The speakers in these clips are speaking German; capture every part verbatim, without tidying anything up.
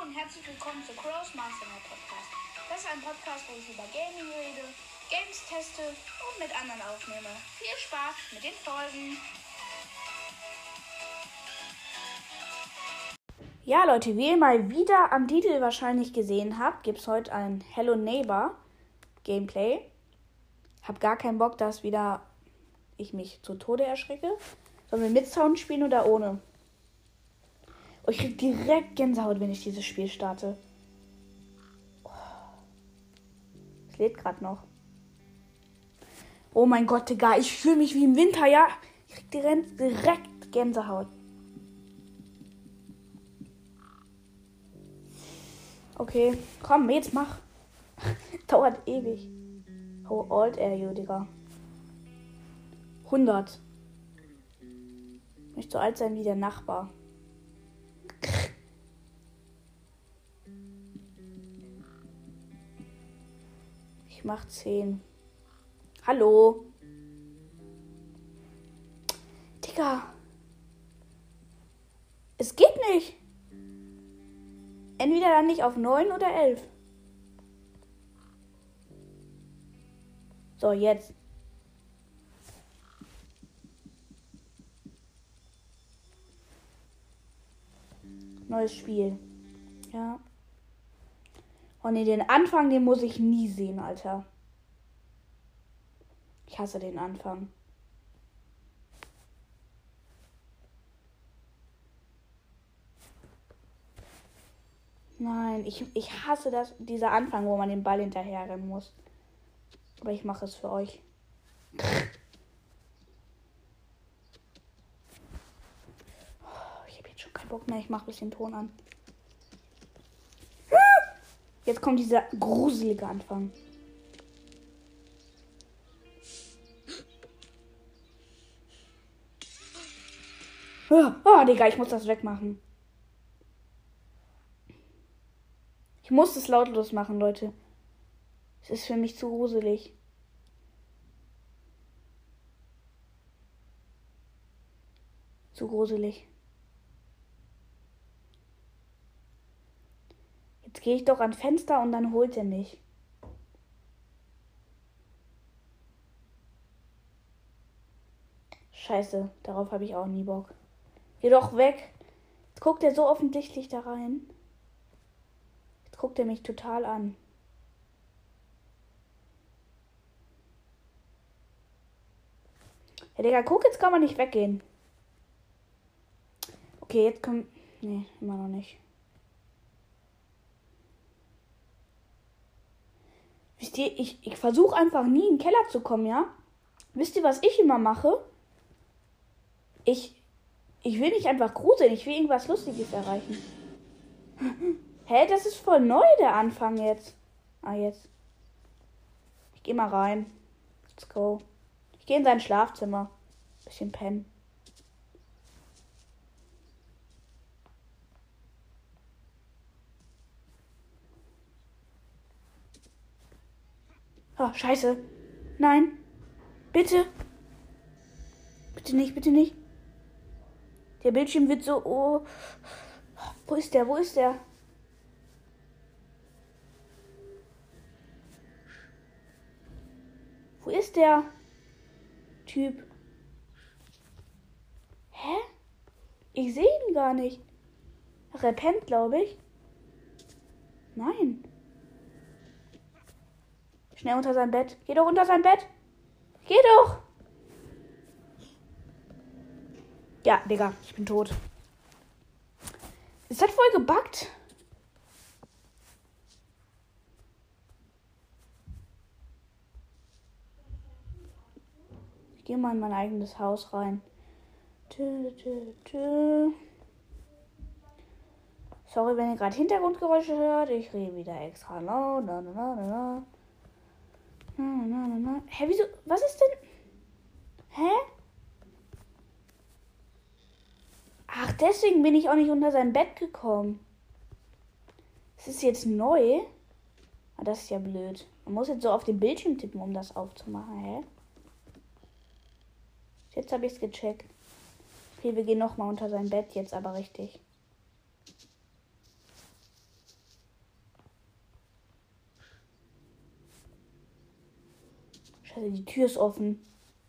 und herzlich willkommen zu Crow's Mastermind Podcast. Das ist ein Podcast, wo ich über Gaming rede, Games teste und mit anderen aufnehme. Viel Spaß mit den Folgen. Ja Leute, wie ihr mal wieder am Titel wahrscheinlich gesehen habt, gibt es heute ein Hello Neighbor Gameplay. Hab gar keinen Bock, dass wieder ich mich zu Tode erschrecke. Sollen wir mit Sound spielen oder ohne? Oh, ich krieg direkt Gänsehaut, wenn ich dieses Spiel starte. Oh. Es lädt gerade noch. Oh mein Gott, Digga, ich fühle mich wie im Winter, ja? Ich krieg direkt, direkt Gänsehaut. Okay, komm, jetzt mach. Dauert ewig. How old are you, Digga? hundert. Nicht so alt sein wie der Nachbar. Ich mach zehn. Hallo. Digga. Es geht nicht. Entweder dann nicht auf neun oder elf. So, jetzt. Neues Spiel. Ja. Oh ne, den Anfang, den muss ich nie sehen, Alter. Ich hasse den Anfang. Nein, ich, ich hasse das, dieser Anfang, wo man den Ball hinterherrennen muss. Aber ich mache es für euch. Ich habe jetzt schon keinen Bock mehr. Ich mache ein bisschen Ton an. Jetzt kommt dieser gruselige Anfang. Oh, Digga, ich muss das wegmachen. Ich muss es lautlos machen, Leute. Es ist für mich zu gruselig. Zu gruselig. Jetzt gehe ich doch ans Fenster und dann holt er mich. Scheiße, darauf habe ich auch nie Bock. Geh doch weg. Jetzt guckt er so offensichtlich da rein. Jetzt guckt er mich total an. Ja, Digga, guck, jetzt kann man nicht weggehen. Okay, jetzt kommt... Nee, immer noch nicht. Wisst ihr, ich, ich versuche einfach nie in den Keller zu kommen, ja? Wisst ihr, was ich immer mache? Ich, ich will nicht einfach gruseln, ich will irgendwas Lustiges erreichen. Hä, das ist voll neu, der Anfang jetzt. Ah, jetzt. Ich geh mal rein. Let's go. Ich gehe in sein Schlafzimmer. Bisschen pennen. Oh, scheiße. Nein. Bitte. Bitte nicht, bitte nicht. Der Bildschirm wird so... Oh. Wo ist der? Wo ist der? Wo ist der Typ? Hä? Ich sehe ihn gar nicht. Ach, er pennt, glaube ich. Nein. Schnell unter sein Bett. Geh doch unter sein Bett. Geh doch. Ja, Digga, ich bin tot. Ist das voll gebuggt? Ich gehe mal in mein eigenes Haus rein. Tü, tü, tü. Sorry, wenn ihr gerade Hintergrundgeräusche hört. Ich rede wieder extra laut. Na, na, na, na. Na, na, na, na. Hä, wieso? Was ist denn? Hä? Ach, deswegen bin ich auch nicht unter sein Bett gekommen. Es ist jetzt neu. Ah, das ist ja blöd. Man muss jetzt so auf den Bildschirm tippen, um das aufzumachen. Hä? Jetzt habe ich es gecheckt. Okay, wir gehen nochmal unter sein Bett, jetzt aber richtig. Scheiße, die Tür ist offen.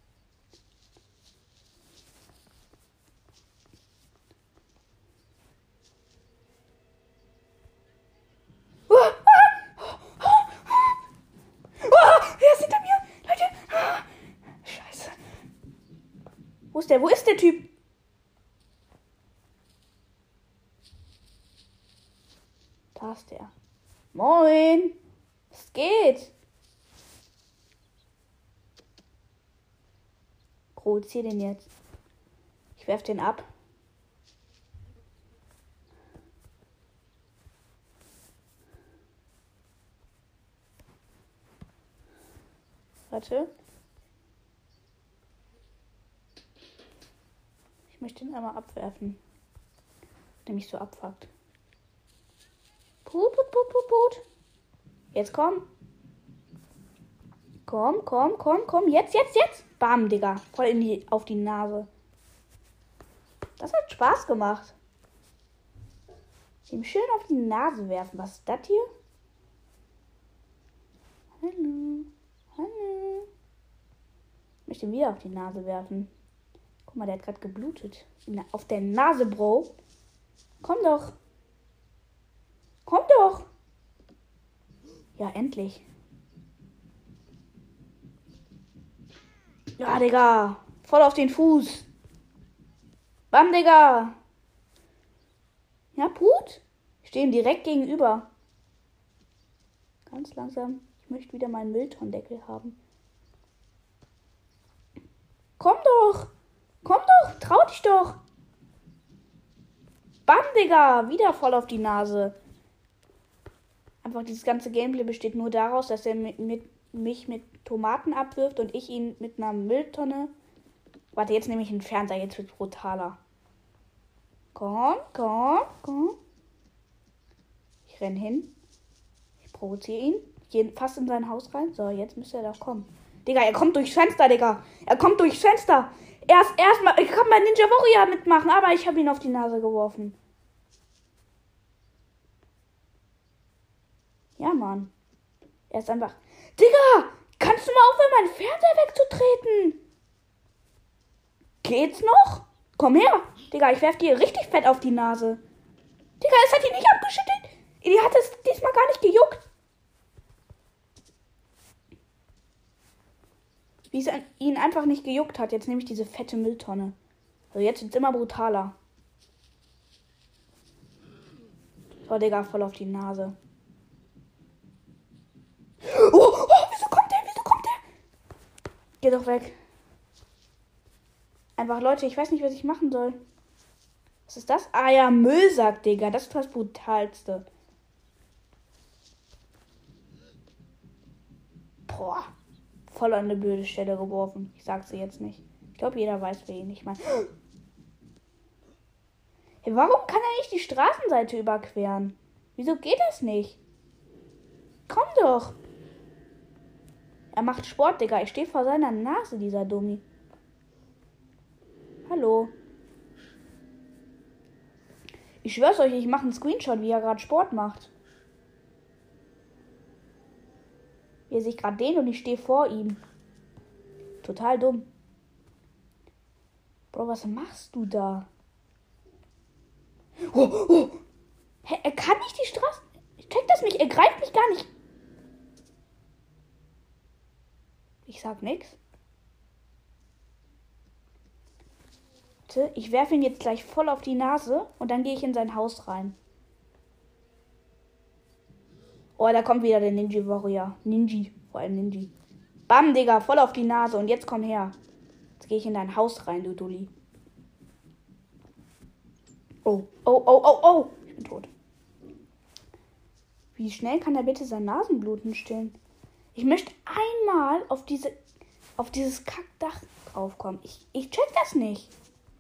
Wo ist der? Wo ist der Typ? Da ist der. Moin. Was geht? Provozier den jetzt. Ich werf den ab. Warte. Ich möchte ihn einmal abwerfen. Der mich so abfuckt. Put, put, put, put, put. Jetzt komm. Komm, komm, komm, komm. Jetzt, jetzt, jetzt. Bam, Digga. Voll in die, auf die Nase. Das hat Spaß gemacht. Ihm schön auf die Nase werfen. Was ist das hier? Hallo. Hallo. Ich möchte ihn wieder auf die Nase werfen. Guck mal, der hat gerade geblutet. Auf der Nase, Bro. Komm doch. Komm doch. Ja, endlich. Ja, Digga. Voll auf den Fuß. Bam, Digga. Ja, Put. Ich stehe ihm direkt gegenüber. Ganz langsam. Ich möchte wieder meinen Mülltonnendeckel haben. Komm doch. Komm doch. Trau dich doch. Bam, Digga. Wieder voll auf die Nase. Einfach dieses ganze Gameplay besteht nur daraus, dass er mit, mit, mich mit Tomaten abwirft und ich ihn mit einer Mülltonne. Warte, jetzt nehme ich einen Fernseher. Jetzt wird es brutaler. Komm, komm, komm. Ich renn hin. Ich provoziere ihn. Gehe fast in sein Haus rein. So, jetzt müsste er doch kommen. Digga, er kommt durchs Fenster, Digga. Er kommt durchs Fenster. Erst, erstmal, ich kann bei Ninja Warrior mitmachen, aber ich habe ihn auf die Nase geworfen. Ja, Mann. Er ist einfach... Digga, kannst du mal aufhören, meinen Fernseher wegzutreten? Geht's noch? Komm her. Digga, ich werf dir richtig fett auf die Nase. Digga, es hat ihn nicht abgeschüttelt. Die hat es diesmal gar nicht gejuckt. Wie es ihn einfach nicht gejuckt hat. Jetzt nehme ich diese fette Mülltonne. Also jetzt wird's immer brutaler. So, Digga, voll auf die Nase. Oh, oh, wieso kommt der? Wieso kommt der? Geh doch weg. Einfach, Leute, ich weiß nicht, was ich machen soll. Was ist das? Ah ja, Müllsack, Digga. Das ist das Brutalste. Boah. Voll an eine blöde Stelle geworfen. Ich sag's dir jetzt nicht. Ich glaube, jeder weiß, wer ihn nicht meint. Hey, warum kann er nicht die Straßenseite überqueren? Wieso geht das nicht? Komm doch. Er macht Sport, Digga. Ich stehe vor seiner Nase, dieser Dummi. Hallo. Ich schwör's euch, ich mache einen Screenshot, wie er gerade Sport macht. Wie er sich gerade dehnt und ich stehe vor ihm. Total dumm. Bro, was machst du da? Oh, oh. Hä, er kann nicht die Straße... Ich check das nicht. Er greift mich gar nicht. Ich sag nix. Ich werfe ihn jetzt gleich voll auf die Nase und dann gehe ich in sein Haus rein. Oh, da kommt wieder der Ninja Warrior. Ninja, vor allem Ninja. Bam, Digga, voll auf die Nase und jetzt komm her. Jetzt gehe ich in dein Haus rein, du Dulli. Oh, oh, oh, oh, oh. Ich bin tot. Wie schnell kann er bitte sein Nasenbluten stillen? Ich möchte einmal auf diese, auf dieses Kackdach draufkommen. Ich, ich check das nicht.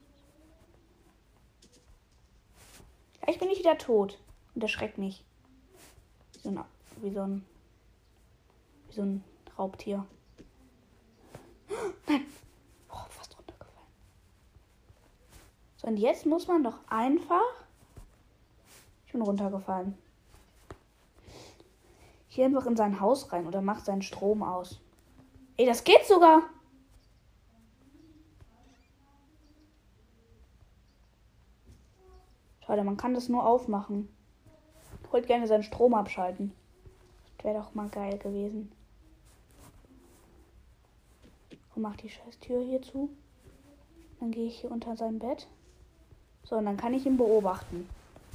Vielleicht bin ich wieder tot. Und erschreckt mich. Wie so ein, wie so ein, wie so ein Raubtier. Nein. Oh, fast runtergefallen. So, und jetzt muss man doch einfach... Ich bin runtergefallen. Hier einfach in sein Haus rein oder macht seinen Strom aus. Ey, das geht sogar. Schade, man kann das nur aufmachen. Ich wollte gerne seinen Strom abschalten. Das wäre doch mal geil gewesen. Und mach die scheiß Tür hier zu. Dann gehe ich hier unter sein Bett. So, und dann kann ich ihn beobachten.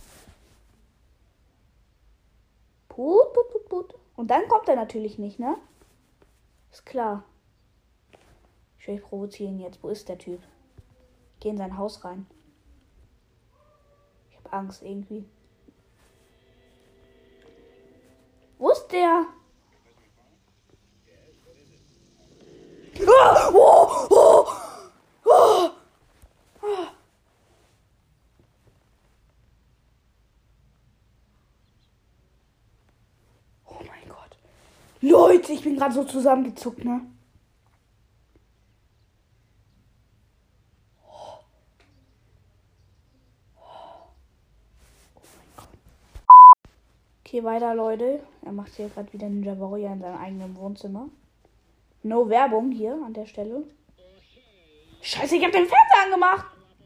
Put, put, put, put. Und dann kommt er natürlich nicht, ne? Ist klar. Ich will provoziere ihn jetzt. Wo ist der Typ? Geh in sein Haus rein. Ich habe Angst irgendwie. Wo ist der? Oh, oh, oh, oh, oh. Oh mein Gott. Leute, ich bin gerade so zusammengezuckt, ne? Okay, weiter, Leute. Er macht hier gerade wieder Ninja Warrior in seinem eigenen Wohnzimmer. No Werbung hier an der Stelle. Scheiße, ich hab den Fernseher angemacht.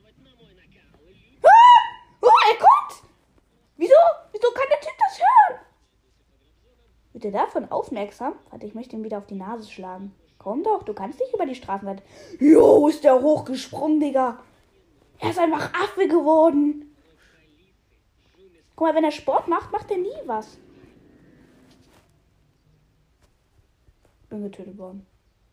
Ah! Oh, er kommt. Wieso? Wieso kann der Typ das hören? Wird er davon aufmerksam? Warte, ich möchte ihn wieder auf die Nase schlagen. Komm doch, du kannst nicht über die Straßenseite. Jo, ist der hochgesprungen, Digga. Er ist einfach Affe geworden. Guck mal, wenn er Sport macht, macht er nie was. Bin getötet worden.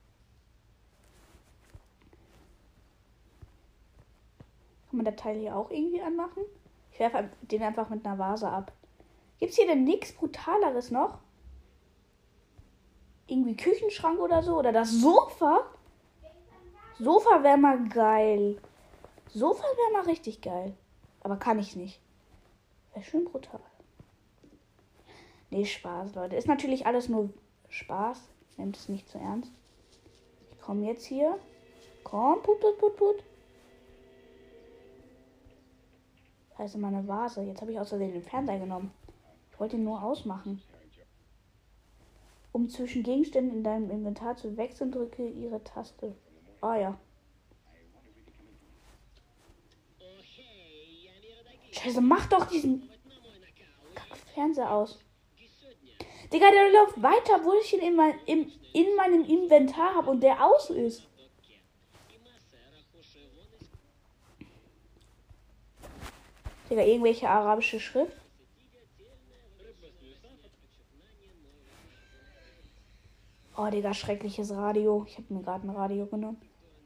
Kann man das Teil hier auch irgendwie anmachen? Ich werfe den einfach mit einer Vase ab. Gibt's hier denn nichts Brutaleres noch? Irgendwie Küchenschrank oder so? Oder das Sofa? Sofa wäre mal geil. Sofa wäre mal richtig geil. Aber kann ich nicht. Wäre schön brutal. Nee, Spaß, Leute. Ist natürlich alles nur Spaß. Nehmt es nicht zu ernst. Ich komme jetzt hier. Komm, put, put, put, put. Da ist immer eine Vase. Jetzt habe ich aus Versehen den Fernseher genommen. Ich wollte ihn nur ausmachen. Um zwischen Gegenständen in deinem Inventar zu wechseln, drücke ihre Taste. Ah ja. Scheiße, mach doch diesen Fernseher aus. Digga, der läuft weiter, wo ich ihn in, mein, im, in meinem Inventar habe und der aus ist. Digga, irgendwelche arabische Schrift. Oh, Digga, schreckliches Radio. Ich habe mir gerade ein Radio genommen.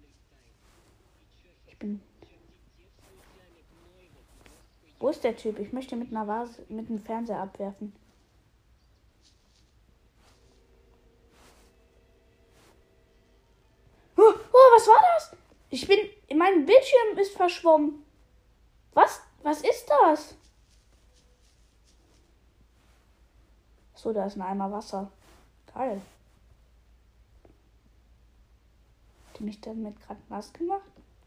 Ich bin... Wo ist der Typ? Ich möchte mit einer Vase, mit einem Fernseher abwerfen. Oh, oh, was war das? Ich bin... Mein Bildschirm ist verschwommen. Was? Was ist das? So, da ist ein Eimer Wasser. Geil. Hat die mich damit gerade nass gemacht?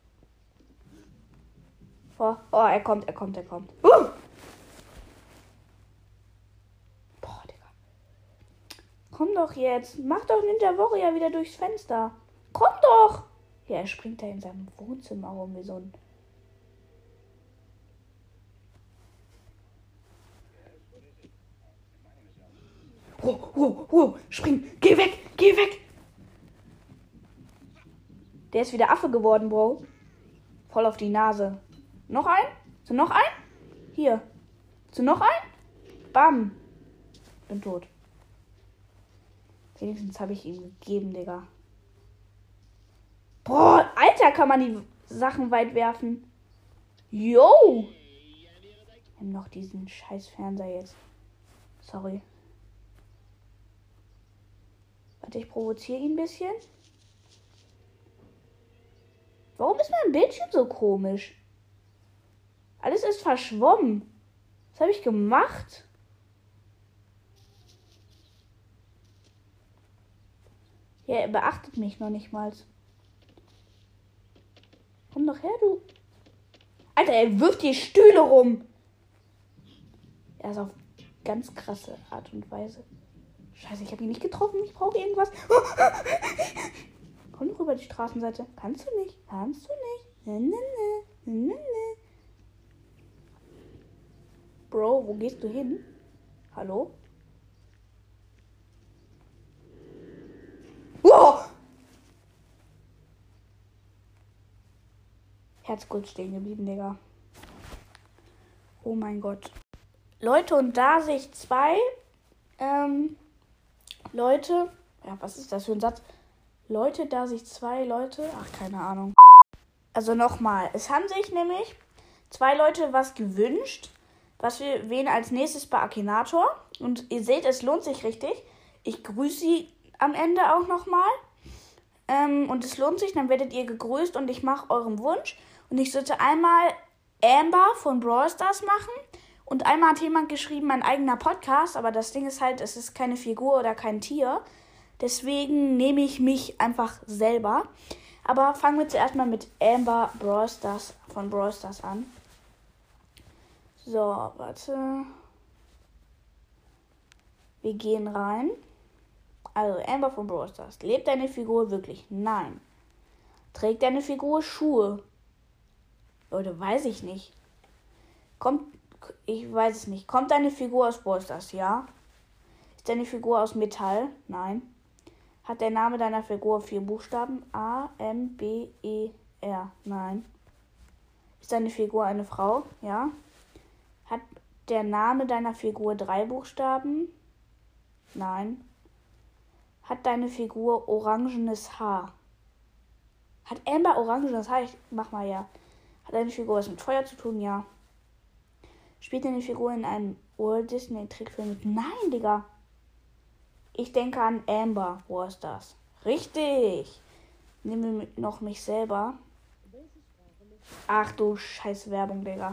Oh, oh, er kommt, er kommt, er kommt. Uh! Boah, Digga. Komm doch jetzt. Mach doch Ninja Warrior wieder durchs Fenster. Komm doch. Ja, er springt da in seinem Wohnzimmer rum wie so ein... Oh, oh, oh, spring. Geh weg, geh weg. Der ist wieder Affe geworden, Bro. Voll auf die Nase. Noch ein? So, noch ein? Hier. So, noch ein? Bam. Bin tot. Wenigstens habe ich ihm gegeben, Digga. Boah, Alter, kann man die Sachen weit werfen. Yo. Nimm noch diesen scheiß Fernseher jetzt. Sorry. Warte, ich provoziere ihn ein bisschen. Warum ist mein Bildschirm so komisch? Alles ist verschwommen. Was habe ich gemacht? Ja, er beachtet mich noch nicht mal. Komm doch her, du. Alter, er wirft die Stühle rum. Er ist auf ganz krasse Art und Weise Scheiße, ich habe ihn nicht getroffen. Ich brauche irgendwas. Komm doch rüber die Straßenseite. Kannst du nicht. Kannst du nicht. Ne, ne, ne. Ne, ne. Bro, wo gehst du hin? Hallo? Wow! Herz kurz stehen geblieben, Digga. Oh mein Gott. Leute, und da sich zwei ähm, Leute, ja, was ist das für ein Satz? Leute, da sich zwei Leute, ach, keine Ahnung. Also nochmal, es haben sich nämlich zwei Leute was gewünscht, was wir wählen als nächstes bei Akinator. Und ihr seht, es lohnt sich richtig. Ich grüße sie am Ende auch nochmal. Ähm, und es lohnt sich, dann werdet ihr gegrüßt und ich mache euren Wunsch. Und ich sollte einmal Amber von Brawl Stars machen. Und einmal hat jemand geschrieben, mein eigener Podcast. Aber das Ding ist halt, es ist keine Figur oder kein Tier. Deswegen nehme ich mich einfach selber. Aber fangen wir zuerst mal mit Amber Brawl Stars von Brawl Stars an. So, warte. Wir gehen rein. Also, Amber von Brawl Stars. Lebt deine Figur wirklich? Nein. Trägt deine Figur Schuhe? Oder weiß ich nicht. Kommt, ich weiß es nicht. Kommt deine Figur aus Brawl Stars? Ja. Ist deine Figur aus Metall? Nein. Hat der Name deiner Figur vier Buchstaben? A, M, B, E, R? Nein. Ist deine Figur eine Frau? Ja. Hat der Name deiner Figur drei Buchstaben? Nein. Hat deine Figur orangenes Haar? Hat Amber orangenes Haar? Ich mach mal ja. Hat deine Figur was mit Feuer zu tun? Ja. Spielt deine Figur in einem Walt Disney Trickfilm mit? Nein, Digga. Ich denke an Amber. Wo ist das? Richtig. Nehmen wir noch mich selber. Ach du scheiß Werbung, Digga.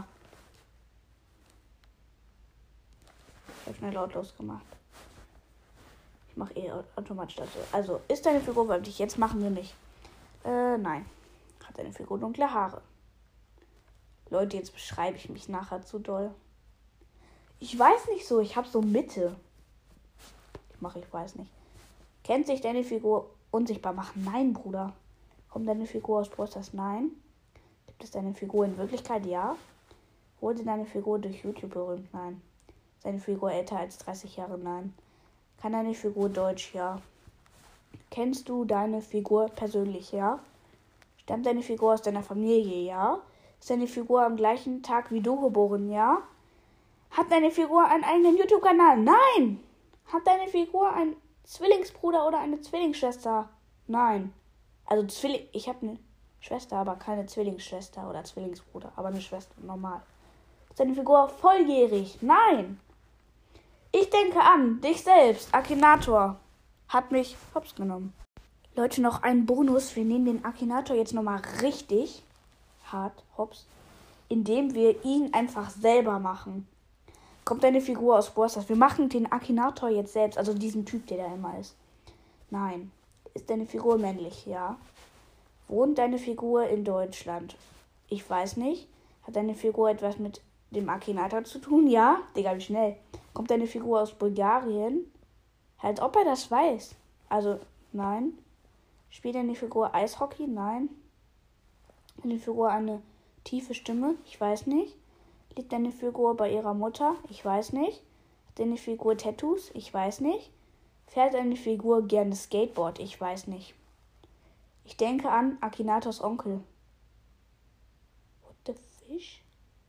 Ich hab schnell lautlos gemacht. Ich mache eh automatisch das so. Also, ist deine Figur weiblich? Jetzt machen wir nicht. Äh, nein. Hat deine Figur dunkle Haare? Leute, jetzt beschreibe ich mich nachher zu doll. Ich weiß nicht so. Ich habe so Mitte. Ich mache, ich weiß nicht. Kennt sich deine Figur unsichtbar machen? Nein, Bruder. Kommt deine Figur aus Brawl Stars? Nein. Gibt es deine Figur in Wirklichkeit? Ja. Wurde deine Figur durch YouTube berühmt? Nein. Ist deine Figur älter als dreißig Jahre? Nein. Kann deine Figur Deutsch? Ja. Kennst du deine Figur persönlich? Ja. Stammt deine Figur aus deiner Familie? Ja. Ist deine Figur am gleichen Tag wie du geboren? Ja. Hat deine Figur einen eigenen YouTube-Kanal? Nein. Hat deine Figur einen Zwillingsbruder oder eine Zwillingsschwester? Nein. Also Zwilling, ich habe eine Schwester, aber keine Zwillingsschwester oder Zwillingsbruder, aber eine Schwester, normal. Ist deine Figur volljährig? Nein. Ich denke an dich selbst, Akinator. Hat mich hops genommen. Leute, noch ein Bonus. Wir nehmen den Akinator jetzt nochmal richtig hart hops, indem wir ihn einfach selber machen. Kommt deine Figur aus Brawl Stars? Wir machen den Akinator jetzt selbst, also diesen Typ, der da immer ist. Nein. Ist deine Figur männlich? Ja. Wohnt deine Figur in Deutschland? Ich weiß nicht. Hat deine Figur etwas mit dem Akinator zu tun? Ja. Digga, wie schnell. Kommt deine Figur aus Bulgarien? Als ob er das weiß. Also, nein. Spielt deine Figur Eishockey? Nein. Hat deine Figur eine tiefe Stimme? Ich weiß nicht. Liegt deine Figur bei ihrer Mutter? Ich weiß nicht. Hat deine Figur Tattoos? Ich weiß nicht. Fährt deine Figur gerne Skateboard? Ich weiß nicht. Ich denke an Akinators Onkel. What the fish?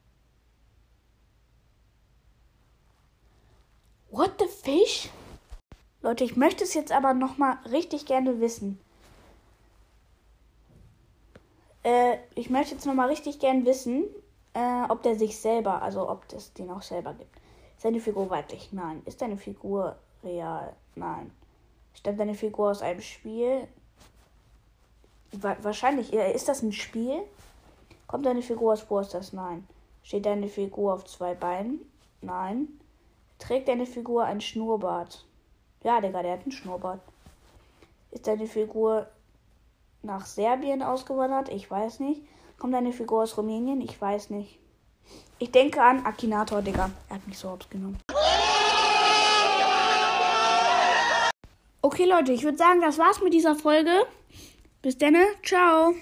What the fish? Leute, ich möchte es jetzt aber nochmal richtig gerne wissen. Äh, ich möchte jetzt nochmal richtig gerne wissen, äh, ob der sich selber, also ob es den auch selber gibt. Ist deine Figur weiblich? Nein. Ist deine Figur real? Nein. Stammt deine Figur aus einem Spiel? Wa- wahrscheinlich. Ist das ein Spiel? Kommt deine Figur aus Brawl Stars? Nein. Steht deine Figur auf zwei Beinen? Nein. Trägt deine Figur ein Schnurrbart? Ja, Digga, der hat einen Schnurrbart. Ist deine Figur nach Serbien ausgewandert? Ich weiß nicht. Kommt deine Figur aus Rumänien? Ich weiß nicht. Ich denke an Akinator, Digga. Er hat mich so hops genommen. Okay, Leute, ich würde sagen, das war's mit dieser Folge. Bis dann, ciao.